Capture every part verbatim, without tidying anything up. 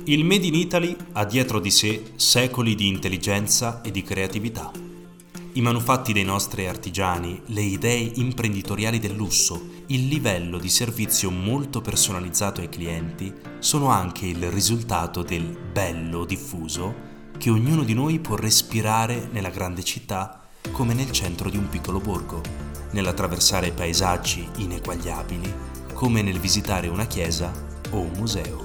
Il Made in Italy ha dietro di sé secoli di intelligenza e di creatività. I manufatti dei nostri artigiani, le idee imprenditoriali del lusso, il livello di servizio molto personalizzato ai clienti sono anche il risultato del bello diffuso che ognuno di noi può respirare nella grande città come nel centro di un piccolo borgo, nell'attraversare paesaggi ineguagliabili come nel visitare una chiesa o un museo.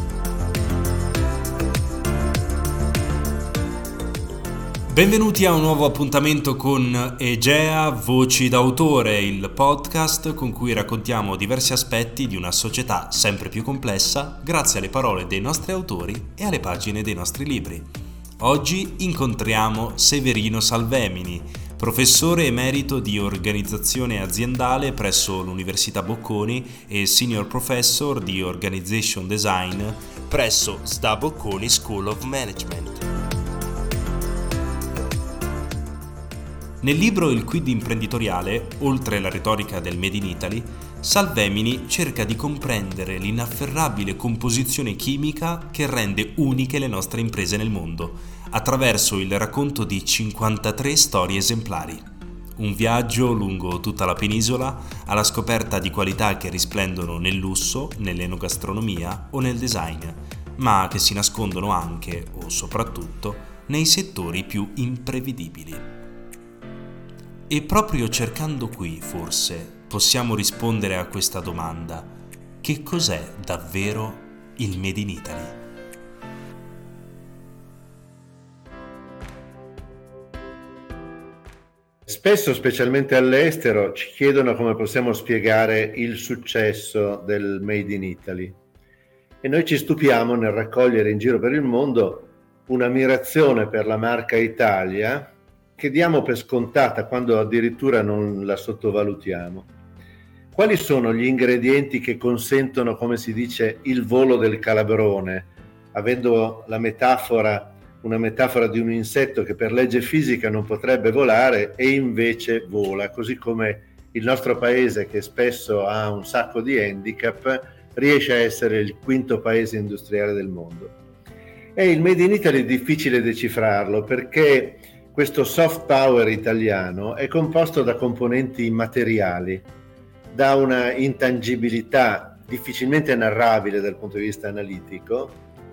Benvenuti a un nuovo appuntamento con Egea Voci d'autore, il podcast con cui raccontiamo diversi aspetti di una società sempre più complessa grazie alle parole dei nostri autori e alle pagine dei nostri libri. Oggi incontriamo Severino Salvemini, professore emerito di organizzazione aziendale presso l'Università Bocconi e senior professor di organization design presso S D A Bocconi School of Management. Nel libro Il Quid imprenditoriale, oltre la retorica del Made in Italy, Salvemini cerca di comprendere l'inafferrabile composizione chimica che rende uniche le nostre imprese nel mondo, attraverso il racconto di cinquantatré storie esemplari. Un viaggio lungo tutta la penisola alla scoperta di qualità che risplendono nel lusso, nell'enogastronomia o nel design, ma che si nascondono anche, o soprattutto, nei settori più imprevedibili. E proprio cercando qui, forse, possiamo rispondere a questa domanda: che cos'è davvero il Made in Italy? Spesso, specialmente all'estero, ci chiedono come possiamo spiegare il successo del Made in Italy. E noi ci stupiamo nel raccogliere in giro per il mondo un'ammirazione per la marca Italia che diamo per scontata quando addirittura non la sottovalutiamo. Quali sono gli ingredienti che consentono, come si dice, il volo del calabrone, avendo la metafora, una metafora di un insetto che per legge fisica non potrebbe volare e invece vola, così come il nostro paese, che spesso ha un sacco di handicap, riesce a essere il quinto paese industriale del mondo. E il Made in Italy è difficile decifrarlo perché questo soft power italiano è composto da componenti immateriali, da una intangibilità difficilmente narrabile dal punto di vista analitico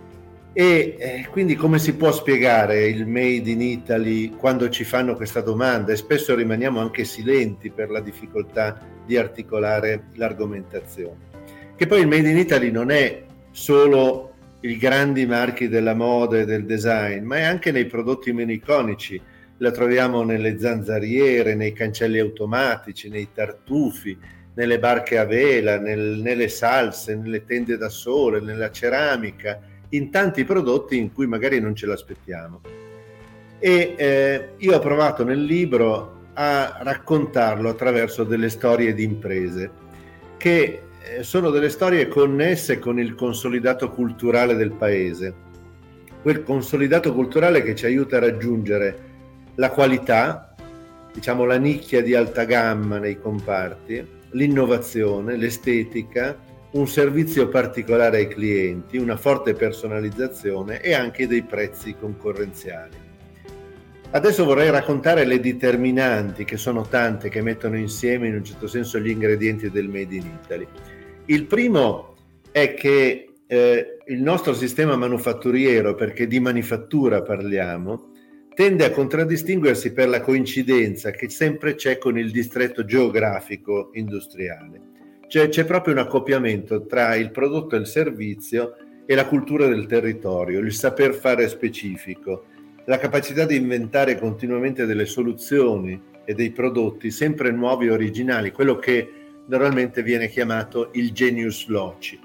e eh, quindi come si può spiegare il Made in Italy quando ci fanno questa domanda e spesso rimaniamo anche silenti per la difficoltà di articolare l'argomentazione. Che poi il Made in Italy non è solo i grandi marchi della moda e del design, ma è anche nei prodotti meno iconici. La troviamo nelle zanzariere, nei cancelli automatici, nei tartufi, nelle barche a vela, nel, nelle salse, nelle tende da sole, nella ceramica, in tanti prodotti in cui magari non ce l'aspettiamo. E eh, io ho provato nel libro a raccontarlo attraverso delle storie di imprese, che eh, sono delle storie connesse con il consolidato culturale del paese, quel consolidato culturale che ci aiuta a raggiungere la qualità, diciamo la nicchia di alta gamma nei comparti, l'innovazione, l'estetica, un servizio particolare ai clienti, una forte personalizzazione e anche dei prezzi concorrenziali. Adesso vorrei raccontare le determinanti, che sono tante, che mettono insieme in un certo senso gli ingredienti del Made in Italy. Il primo è che eh, il nostro sistema manufatturiero, perché di manifattura parliamo, tende a contraddistinguersi per la coincidenza che sempre c'è con il distretto geografico industriale. Cioè c'è proprio un accoppiamento tra il prodotto e il servizio e la cultura del territorio, il saper fare specifico, la capacità di inventare continuamente delle soluzioni e dei prodotti sempre nuovi e originali, quello che normalmente viene chiamato il genius loci.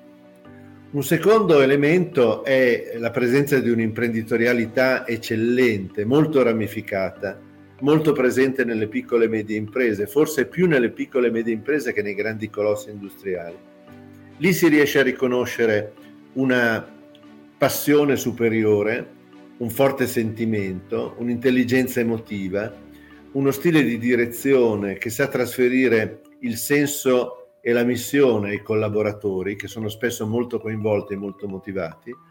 Un secondo elemento è la presenza di un'imprenditorialità eccellente, molto ramificata, molto presente nelle piccole e medie imprese, forse più nelle piccole e medie imprese che nei grandi colossi industriali. Lì si riesce a riconoscere una passione superiore, un forte sentimento, un'intelligenza emotiva, uno stile di direzione che sa trasferire il senso e la missione ai collaboratori, che sono spesso molto coinvolti e molto motivati,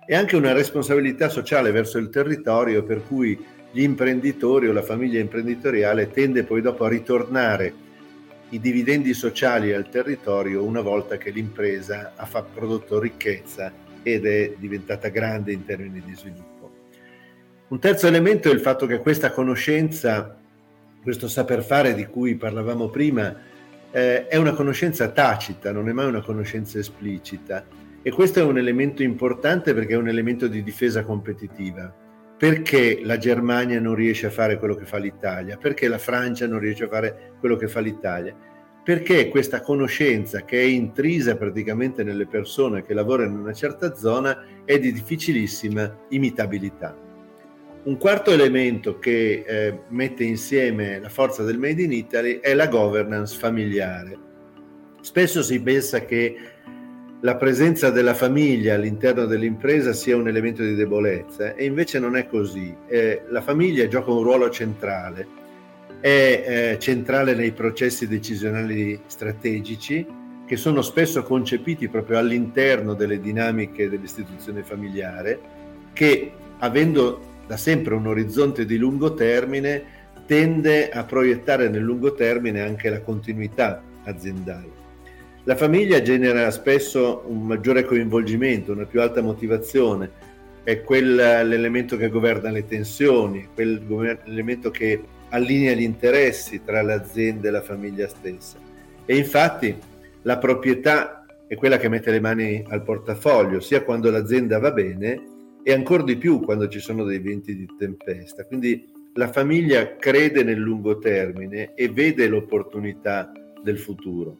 e anche una responsabilità sociale verso il territorio, per cui gli imprenditori o la famiglia imprenditoriale tende poi dopo a ritornare i dividendi sociali al territorio una volta che l'impresa ha fatto, prodotto ricchezza ed è diventata grande in termini di sviluppo. Un terzo elemento è il fatto che questa conoscenza, questo saper fare di cui parlavamo prima, eh, è una conoscenza tacita, non è mai una conoscenza esplicita, e questo è un elemento importante perché è un elemento di difesa competitiva. Perché la Germania non riesce a fare quello che fa l'Italia? Perché la Francia non riesce a fare quello che fa l'Italia? Perché questa conoscenza, che è intrisa praticamente nelle persone che lavorano in una certa zona, è di difficilissima imitabilità. Un quarto elemento che eh, mette insieme la forza del Made in Italy è la governance familiare. Spesso si pensa che la presenza della famiglia all'interno dell'impresa sia un elemento di debolezza, e invece non è così. Eh, la famiglia gioca un ruolo centrale, è eh, centrale nei processi decisionali strategici, che sono spesso concepiti proprio all'interno delle dinamiche dell'istituzione familiare, che, avendo da sempre un orizzonte di lungo termine, tende a proiettare nel lungo termine anche la continuità aziendale. La famiglia genera spesso un maggiore coinvolgimento, una più alta motivazione, è quell'elemento che governa le tensioni, quell'elemento che allinea gli interessi tra l'azienda e la famiglia stessa. E infatti la proprietà è quella che mette le mani al portafoglio, sia quando l'azienda va bene e ancor di più quando ci sono dei venti di tempesta. Quindi la famiglia crede nel lungo termine e vede l'opportunità del futuro.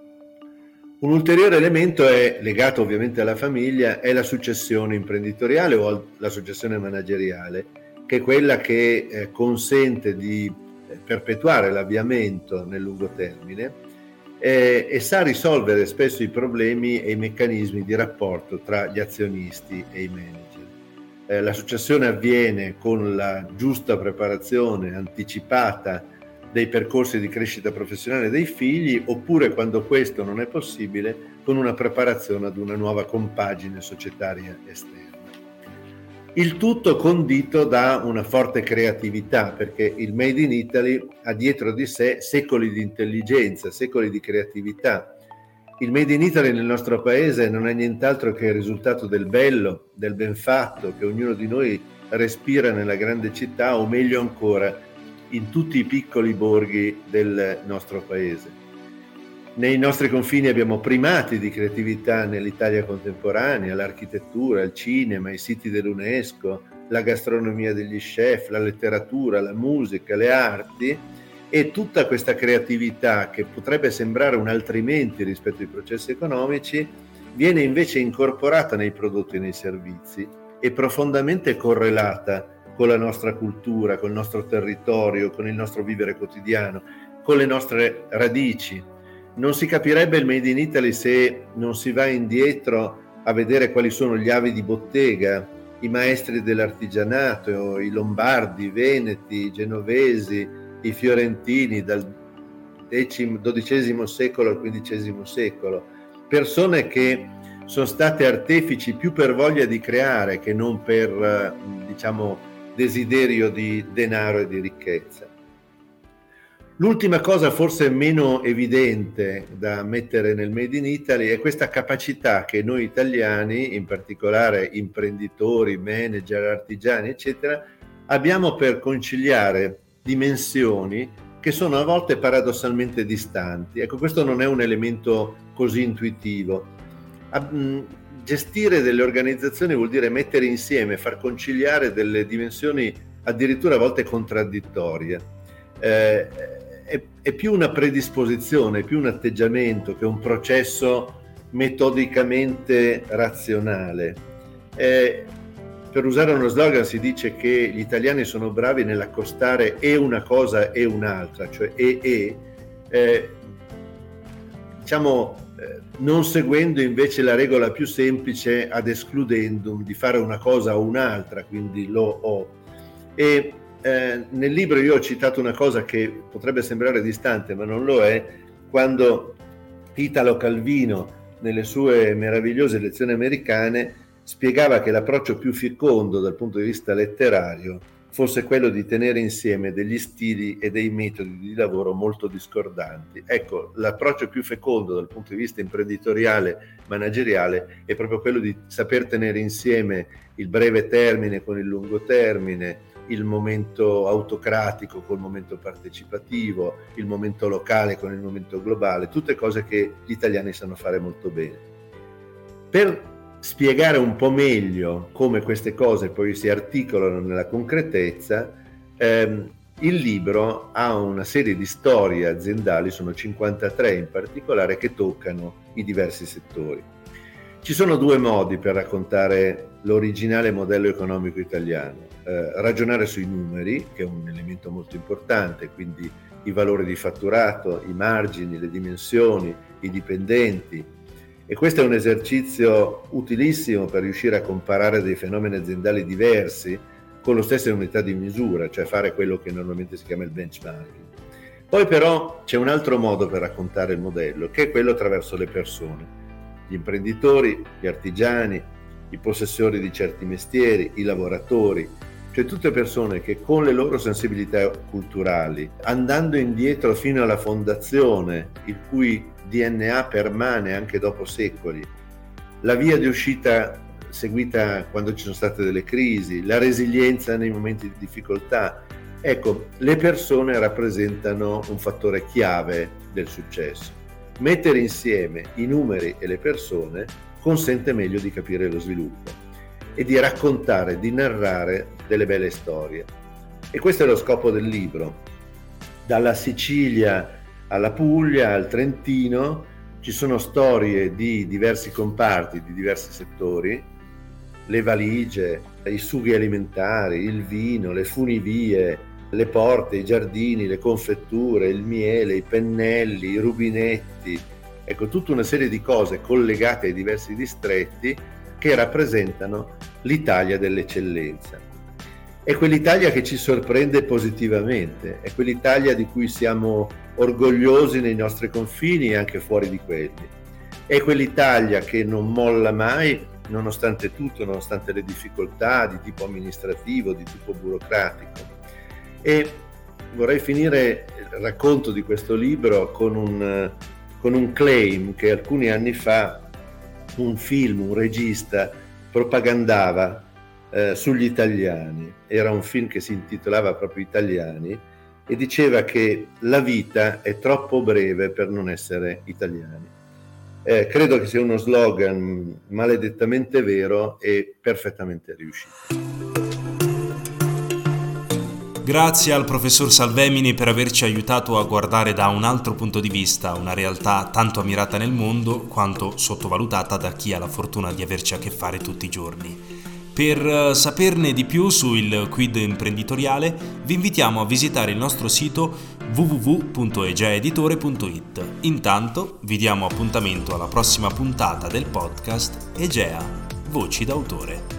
Un ulteriore elemento è legato ovviamente alla famiglia, è la successione imprenditoriale o la successione manageriale, che è quella che eh, consente di perpetuare l'avviamento nel lungo termine eh, e sa risolvere spesso i problemi e i meccanismi di rapporto tra gli azionisti e i manager. Eh, la successione avviene con la giusta preparazione anticipata dei percorsi di crescita professionale dei figli, oppure, quando questo non è possibile, con una preparazione ad una nuova compagine societaria esterna. Il tutto condito da una forte creatività, perché il Made in Italy ha dietro di sé secoli di intelligenza, secoli di creatività. Il Made in Italy nel nostro paese non è nient'altro che il risultato del bello, del ben fatto che ognuno di noi respira nella grande città, o meglio ancora in tutti i piccoli borghi del nostro paese. Nei nostri confini abbiamo primati di creatività nell'Italia contemporanea, l'architettura, il cinema, i siti dell'UNESCO, la gastronomia degli chef, la letteratura, la musica, le arti, e tutta questa creatività, che potrebbe sembrare un altrimenti rispetto ai processi economici, viene invece incorporata nei prodotti e nei servizi e profondamente correlata con la nostra cultura, col nostro territorio, con il nostro vivere quotidiano, con le nostre radici. Non si capirebbe il Made in Italy se non si va indietro a vedere quali sono gli avi di bottega, i maestri dell'artigianato, i lombardi, i veneti, i genovesi, i fiorentini dal dodicesimo secolo al quindicesimo secolo, persone che sono state artefici più per voglia di creare che non per, diciamo, desiderio di denaro e di ricchezza. L'ultima cosa, forse meno evidente da mettere nel Made in Italy, è questa capacità che noi italiani, in particolare imprenditori, manager, artigiani, eccetera, abbiamo per conciliare dimensioni che sono a volte paradossalmente distanti. Ecco, questo non è un elemento così intuitivo. Gestire delle organizzazioni vuol dire mettere insieme, far conciliare delle dimensioni addirittura a volte contraddittorie. Eh, è, è più una predisposizione, è più un atteggiamento che un processo metodicamente razionale. Eh, per usare uno slogan si dice che gli italiani sono bravi nell'accostare e una cosa e un'altra, cioè e e, eh, diciamo non seguendo invece la regola più semplice ad excludendum, di fare una cosa o un'altra, quindi lo o. E eh, nel libro io ho citato una cosa che potrebbe sembrare distante, ma non lo è, quando Italo Calvino, nelle sue meravigliose lezioni americane, spiegava che l'approccio più fecondo dal punto di vista letterario fosse quello di tenere insieme degli stili e dei metodi di lavoro molto discordanti. Ecco, l'approccio più fecondo dal punto di vista imprenditoriale, manageriale, è proprio quello di saper tenere insieme il breve termine con il lungo termine, il momento autocratico col momento partecipativo, il momento locale con il momento globale, tutte cose che gli italiani sanno fare molto bene. Per spiegare un po' meglio come queste cose poi si articolano nella concretezza, ehm, il libro ha una serie di storie aziendali, sono cinquantatré in particolare, che toccano i diversi settori. Ci sono due modi per raccontare l'originale modello economico italiano: eh, ragionare sui numeri, che è un elemento molto importante, quindi i valori di fatturato, i margini, le dimensioni, i dipendenti. E questo è un esercizio utilissimo per riuscire a comparare dei fenomeni aziendali diversi con lo stesso unità di misura, cioè fare quello che normalmente si chiama il benchmarking. Poi però c'è un altro modo per raccontare il modello, che è quello attraverso le persone, gli imprenditori, gli artigiani, i possessori di certi mestieri, i lavoratori, cioè tutte persone che con le loro sensibilità culturali, andando indietro fino alla fondazione, il cui D N A permane anche dopo secoli, la via di uscita seguita quando ci sono state delle crisi, la resilienza nei momenti di difficoltà, ecco, le persone rappresentano un fattore chiave del successo. Mettere insieme i numeri e le persone consente meglio di capire lo sviluppo e di raccontare, di narrare delle belle storie. E questo è lo scopo del libro. Dalla Sicilia alla Puglia, al Trentino, ci sono storie di diversi comparti, di diversi settori: le valigie, i sughi alimentari, il vino, le funivie, le porte, i giardini, le confetture, il miele, i pennelli, i rubinetti, ecco, tutta una serie di cose collegate ai diversi distretti che rappresentano l'Italia dell'eccellenza. È quell'Italia che ci sorprende positivamente, è quell'Italia di cui siamo orgogliosi nei nostri confini e anche fuori di quelli. È quell'Italia che non molla mai, nonostante tutto, nonostante le difficoltà di tipo amministrativo, di tipo burocratico. E vorrei finire il racconto di questo libro con un, con un claim che alcuni anni fa un film, un regista propagandava eh, sugli italiani. Era un film che si intitolava proprio Italiani e diceva che la vita è troppo breve per non essere italiani. Eh, credo che sia uno slogan maledettamente vero e perfettamente riuscito. Grazie al professor Salvemini per averci aiutato a guardare da un altro punto di vista una realtà tanto ammirata nel mondo quanto sottovalutata da chi ha la fortuna di averci a che fare tutti i giorni. Per saperne di più sul Quid imprenditoriale vi invitiamo a visitare il nostro sito w w w punto egeaeditore punto it. Intanto vi diamo appuntamento alla prossima puntata del podcast Egea, Voci d'autore.